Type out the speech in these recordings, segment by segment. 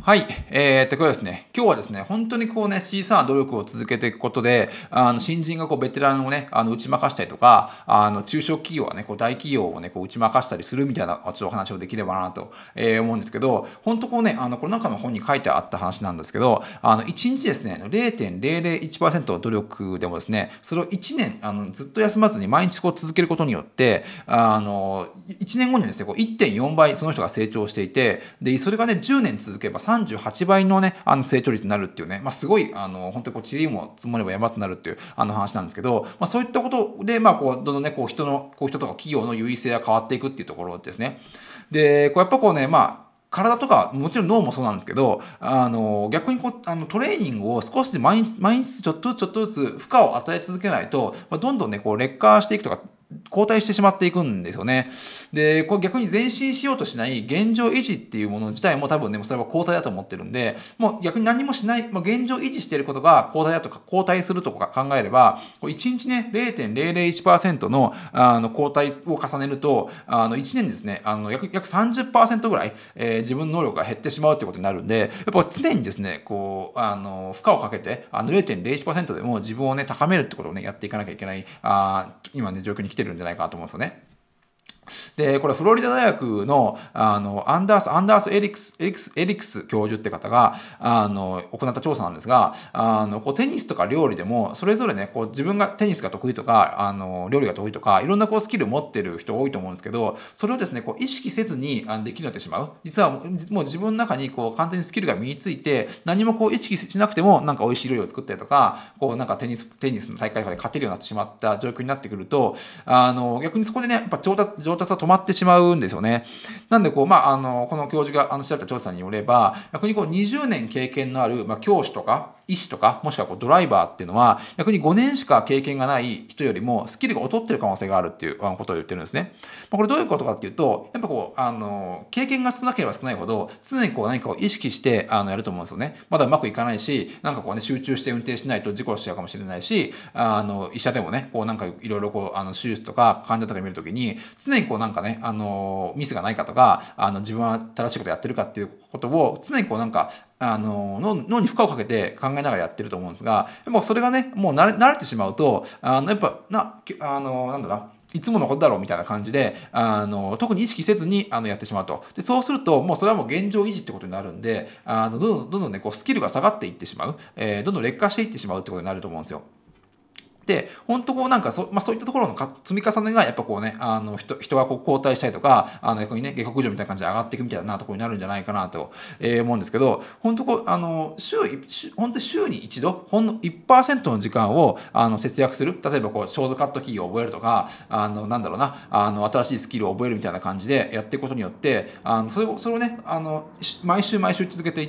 はい。これですね、今日はですね、本当にこうね、小さな努力を続けていくことで、新人がこうベテランをね、打ち負かしたりとか、中小企業はね、こう大企業をね、こう打ち負かしたりするみたいな、ちょっとお話をできればなと、思うんですけど、本当こうね、この中の本に書いてあった話なんですけど、1日ですね、0.001% 努力でもですね、それを1年、ずっと休まずに毎日こう続けることによって、1年後にですね、こう1.4倍その人が成長していて、で、それがね、10年続けば38倍のね、成長率になるっていうね、すごい、本当にこう、塵も積もれば山となるっていう、話なんですけど、そういったことで、こう、どんどんね、こう、人とか企業の優位性が変わっていくっていうところですね。で、こう、やっぱこうね、体とか、もちろん脳もそうなんですけど、逆にこう、トレーニングを少しで毎日ちょっとずつ負荷を与え続けないと、どんどんね、こう、劣化していくとか、後退してしまっていくんですよね。で、こう逆に前進しようとしない現状維持っていうもの自体も多分ね、それは後退だと思ってるんで、もう逆に何もしない、現状維持していることが後退だとか、後退するとか考えれば、1日ね、0.001% の、後退を重ねると、1年ですね、約30%ぐらい、自分の能力が減ってしまうということになるんで、やっぱ常にですね、こう、負荷をかけて、0.01% でも自分をね、高めるってことをね、やっていかなきゃいけない、今ね、状況に来てるんじゃないかなと思うんですよね。で、これフロリダ大学の、アンダースエリクス教授って方が、行った調査なんですが、こうテニスとか料理でも、それぞれね、こう自分がテニスが得意とか、料理が得意とか、いろんなこうスキルを持ってる人多いと思うんですけど、それをですね、こう意識せずにできるようになってしまう。実はもう自分の中にこう完全にスキルが身について、何もこう意識しなくても、なんか美味しい料理を作ったりとか、こうなんかテニスの大会とかで勝てるようになってしまった状況になってくると、逆にそこでね、やっぱ上達が止まってしまうんですよね。なんでこう、この教授が調べた調査によれば、逆にこう20年経験のある、教師とか医師とか、もしくはこうドライバーっていうのは、逆に5年しか経験がない人よりもスキルが劣ってる可能性があるっていうことを言ってるんですね。これどういうことかっていうと、やっぱこう、経験が少なければ少ないほど、常にこう何かを意識してやると思うんですよね。まだうまくいかないし、なんかこうね、集中して運転しないと事故しちゃうかもしれないし、医者でもね、こうなんかいろいろこう、手術とか患者とか見るときに、常にこうなんかね、ミスがないかとか、自分は正しいことやってるかっていうことを、常にこうなんか、脳に負荷をかけて考えながらやってると思うんですが、やっぱそれがね、もう慣れてしまうと、やっぱなんだないつものことだろうみたいな感じで、特に意識せずにやってしまうと。で、そうすると、もうそれはもう現状維持ってことになるんで、どんどんね、こうスキルが下がっていってしまう、どんどん劣化していってしまうってことになると思うんですよ。で、本当こうなんかそういったところの積み重ねがやっぱこうね、人がこう交代したりとか、逆にね、下克上みたいな感じで上がっていくみたいなところになるんじゃないかなと、思うんですけど、本当こう、本当に週に一度、ほんの1%の時間を節約する。例えばこう、ショートカットキーを覚えるとか、なんだろうな、新しいスキルを覚えるみたいな感じでやっていくことによって、それをね、毎週毎週続けていって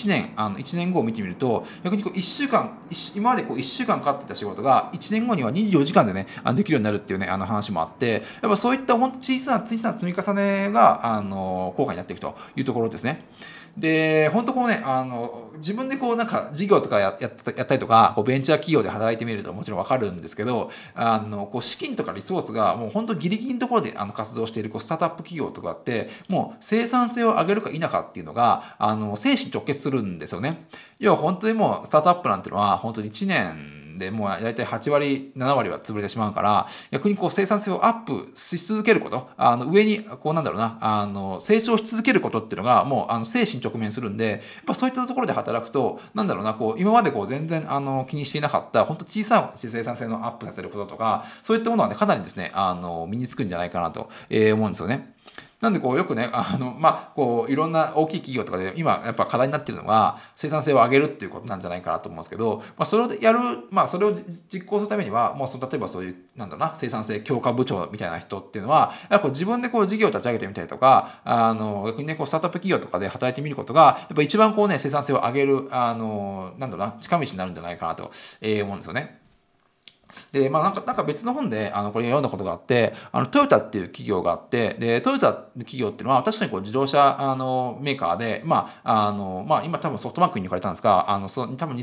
、1年後を見てみると、逆にこう1週間、今までこう1週間かかってた仕事が、1年後には24時間でね、できるようになるっていうね、話もあって、やっぱそういった本当小さな積み重ねが、効果になっていくというところですね。で、本当こうね、自分でこうなんか事業とかやったりとか、こうベンチャー企業で働いてみるともちろんわかるんですけど、こう資金とかリソースがもう本当ギリギリのところで活動しているこうスタートアップ企業とかって、もう生産性を上げるか否かっていうのが、生死に直結するんですよね。要は本当にもうスタートアップなんていうのは本当に1年でもう大体8割、7割は潰れてしまうから、逆にこう生産性をアップし続けること、上にこうなんだろうな、成長し続けることっていうのがもう生死に直面するんで、やっぱそういったところで働くと、なんだろうな、こう今までこう全然気にしていなかった本当小さな生産性のアップさせることとか、そういったものはね、かなりですね、身につくんじゃないかなと思うんですよね。なんでこうよくね、こういろんな大きい企業とかで今やっぱ課題になっているのが生産性を上げるっていうことなんじゃないかなと思うんですけど、それをやる、それを実行するためには、もう例えばそういう、なんだろうな、生産性強化部長みたいな人っていうのは、やっぱ自分でこう事業を立ち上げてみたりとか、逆にね、こうスタートアップ企業とかで働いてみることが、やっぱ一番こうね、生産性を上げる、なんだろうな、近道になるんじゃないかなと思うんですよね。 で、なんか別の本で、これ読んだことがあって、トヨタっていう企業があって、で、トヨタの企業っていうのは、確かにこう自動車、メーカーで、今多分ソフトバンクに抜かれたんですが、多分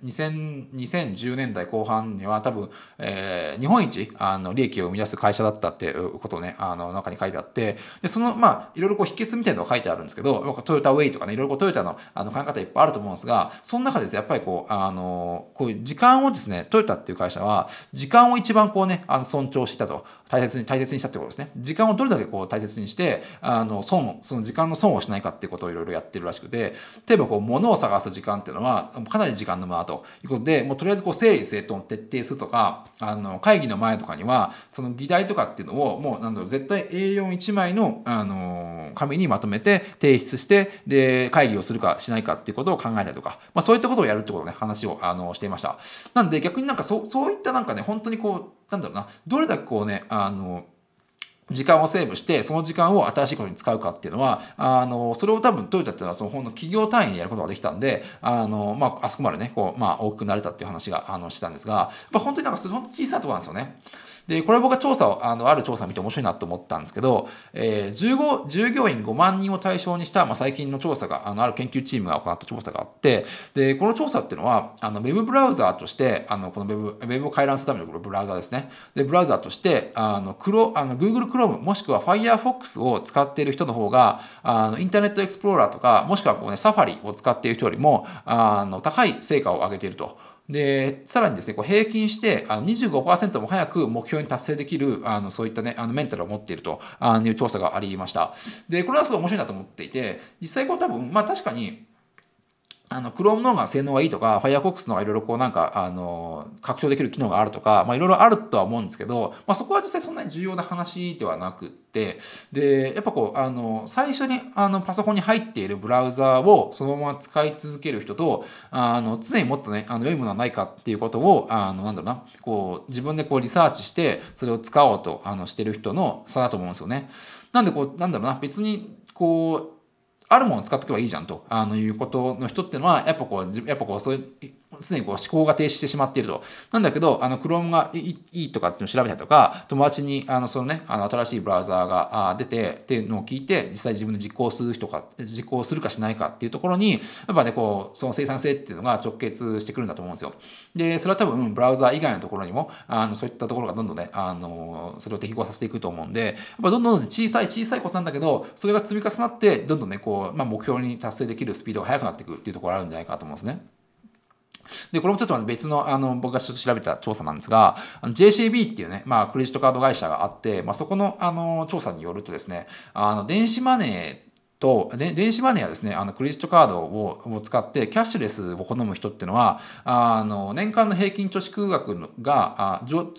2010年代後半には多分、日本一、利益を生み出す会社だったっていうことをね、中に書いてあって、で、いろいろこう秘訣みたいなのが書いてあるんですけど、トヨタウェイとかね、いろいろこうトヨタの、考え方いっぱいあると思うんですが、その中でですね、やっぱりこういう時間をですね、トヨタっていう会社は、時間を一番こうね、尊重していたと、大切にしたってことですね。時間をどれだけこう大切にして、その時間の損をしないかっていうことをいろいろやってるらしくて、例えばこう、物を探す時間っていうのは、かなり時間の無駄ということで、もうとりあえずこう、整理整頓を徹底するとか、会議の前とかには、その議題とかっていうのを、もうなんだろう、絶対 A41 枚の、紙にまとめて提出して、で、会議をするかしないかっていうことを考えたりとか、そういったことをやるってことをね、話を、していました。なんで逆になんかそういったなんかね、本当にこう、なんだろうな、どれだけこうね、時間をセーブして、その時間を新しいことに使うかっていうのは、それを多分トヨタっていうのは、その本の企業単位でやることができたんで、あそこまでね、こう、大きくなれたっていう話が、してたんですが、やっぱ本当になんか、本当小さなところなんですよね。で、これ僕は調査を、ある調査を見て面白いなと思ったんですけど、従業員5万人を対象にした、最近の調査が、ある研究チームが行った調査があって、で、この調査っていうのは、ウェブブラウザーとして、このウェブを回覧するためのこのブラウザーですね。で、ブラウザーとして、Google Chrome もしくは Firefox を使っている人の方が、インターネットエクスプローラーとか、もしくはこうね、サファリを使っている人よりも、高い成果を上げていると。で、さらにですね、こう平均して、25%も早く目標に達成できる、そういったね、メンタルを持っているという調査がありました。で、これはすごい面白いなと思っていて、実際こう多分、確かに、Chrome の方が性能がいいとか、Firefox の方がいろいろこうなんか、拡張できる機能があるとか、いろいろあるとは思うんですけど、そこは実際そんなに重要な話ではなくって、で、やっぱこう、最初にパソコンに入っているブラウザをそのまま使い続ける人と、常にもっとね、良いものはないかっていうことを、なんだろうな、こう、自分でこうリサーチして、それを使おうと、してる人の差だと思うんですよね。なんでこう、なんだろうな、別に、こう、あるものを使っておけばいいじゃんということの人っていうのは、やっぱこう、そういう、常にこう思考が停止してしまっていると。なんだけど、Chrome がいいとかっていうのを調べたりとか、友達に、そのね、新しいブラウザーが出てっていうのを聞いて、実際自分で実行するかしないかっていうところに、やっぱね、こう、その生産性っていうのが直結してくるんだと思うんですよ。で、それは多分、ブラウザー以外のところにも、そういったところがどんどんね、それを適合させていくと思うんで、やっぱどんどん小さいことなんだけど、それが積み重なって、どんどんね、こう、目標に達成できるスピードが速くなっていくっていうところがあるんじゃないかなと思うんですね。で、これもちょっと別の、僕がちょっと調べた調査なんですが、JCB っていうね、クレジットカード会社があって、そこの、調査によるとですね、電子マネー電子マネーはですね、クレジットカードを使ってキャッシュレスを好む人っていうのは、年間の平均貯蓄額が、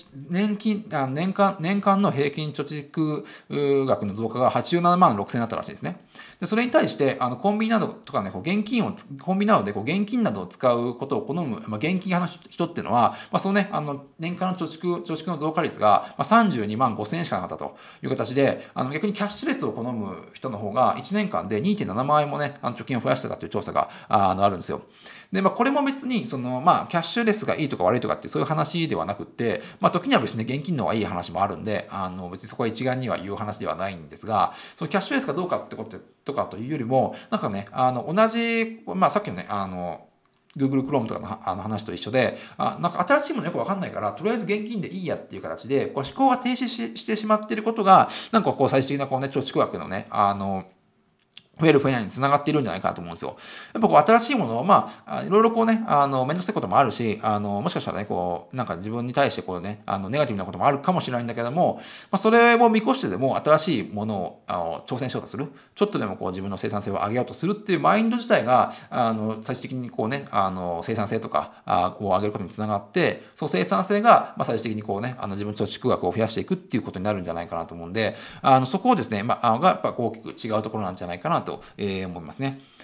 年間の平均貯蓄額の増加が87万6000円だったらしいですね。で、それに対して、コンビニなどとかね、コンビニなどで現金などを使うことを好む、現金派の人っていうのは、そのね、年間の貯蓄の増加率が、32万5000円しかなかったという形で、逆にキャッシュレスを好む人の方が、1年間で2.7万円もね、貯金を増やしてたという調査が、あるんですよ。で、これも別に、キャッシュレスがいいとか悪いとかってそういう話ではなくって、時には別に現金の方がいい話もあるんで、別にそこは一概には言う話ではないんですが、そのキャッシュレスかどうかってこととかというよりも、なんかね、同じ、さっきのね、Google Chrome とかの話と一緒で、なんか新しいものよくわかんないから、とりあえず現金でいいやっていう形で、こう思考が停止してしまっていることが、なんかこう最終的なこうね、貯蓄額のね、増える増えないにつながっているんじゃないかなと思うんですよ。やっぱこう新しいものを、いろいろこうね、めんどくさいこともあるし、もしかしたらね、こう、なんか自分に対してこうね、ネガティブなこともあるかもしれないんだけども、それを見越してでも新しいものを挑戦しようとする。ちょっとでもこう自分の生産性を上げようとするっていうマインド自体が、最終的にこうね、生産性とかを上げることにつながって、その生産性が、最終的にこうね、自分の貯蓄額を増やしていくっていうことになるんじゃないかなと思うんで、そこをですね、がやっぱ大きく違うところなんじゃないかなと思いますね。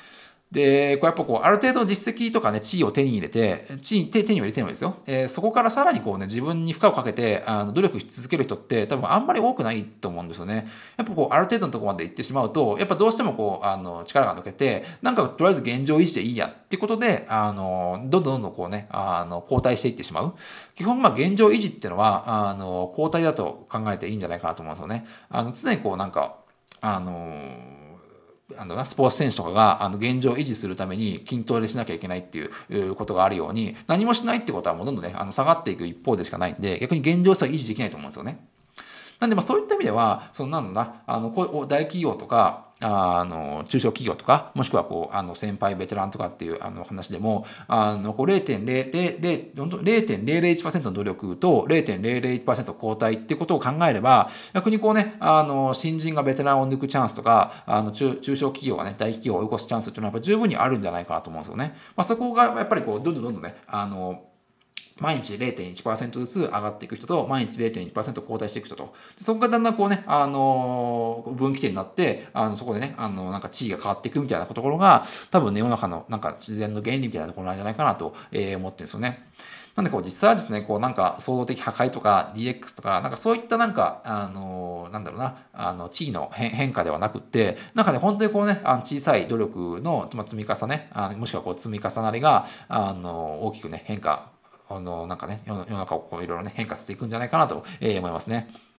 で、こうやっぱこう、ある程度の実績とかね、地位を手に入れて、手に入れてもですよ。そこからさらにこうね、自分に負荷をかけて、努力し続ける人って多分あんまり多くないと思うんですよね。やっぱこう、ある程度のところまで行ってしまうと、やっぱどうしてもこう、力が抜けて、なんかとりあえず現状維持でいいやっていうことで、どんどんこうね、後退していってしまう。基本、まあ現状維持っていうのは、後退だと考えていいんじゃないかなと思うんですよね。常にこうなんか、あのスポーツ選手とかが現状を維持するために筋トレしなきゃいけないっていうことがあるように、何もしないってことはもうどんどんね下がっていく一方でしかないんで、逆に現状さは維持できないと思うんですよね。なんでまあそういった意味では、そのなんだこういう大企業とか、中小企業とか、もしくはこう先輩ベテランとかっていう話でも、こう0.001%の努力と0.001%交代っていうことを考えれば、逆にこうね、新人がベテランを抜くチャンスとか、中小企業がね、大企業を追い越すチャンスっていうのはやっぱ十分にあるんじゃないかなと思うんですよね。まあ、そこがやっぱりこう、どんどんね、毎日0.1%ずつ上がっていく人と、毎日0.1%後退していく人と、そこがだんだんこうね、分岐点になって、そこでね、なんか地位が変わっていくみたいなところが、多分ね、世の中のなんか自然の原理みたいなところなんじゃないかなと、思ってるんですよね。なんでこう実際はですね、こうなんか創造的破壊とか DX とか、なんかそういったなんか、なんだろうな、地位の変化ではなくって、なんかね、本当にこうね、小さい努力の、まあ、積み重ね、もしくはこう積み重なりが、大きくね、変化なんかね、世の中をこういろいろね、変化していくんじゃないかなと、思いますね。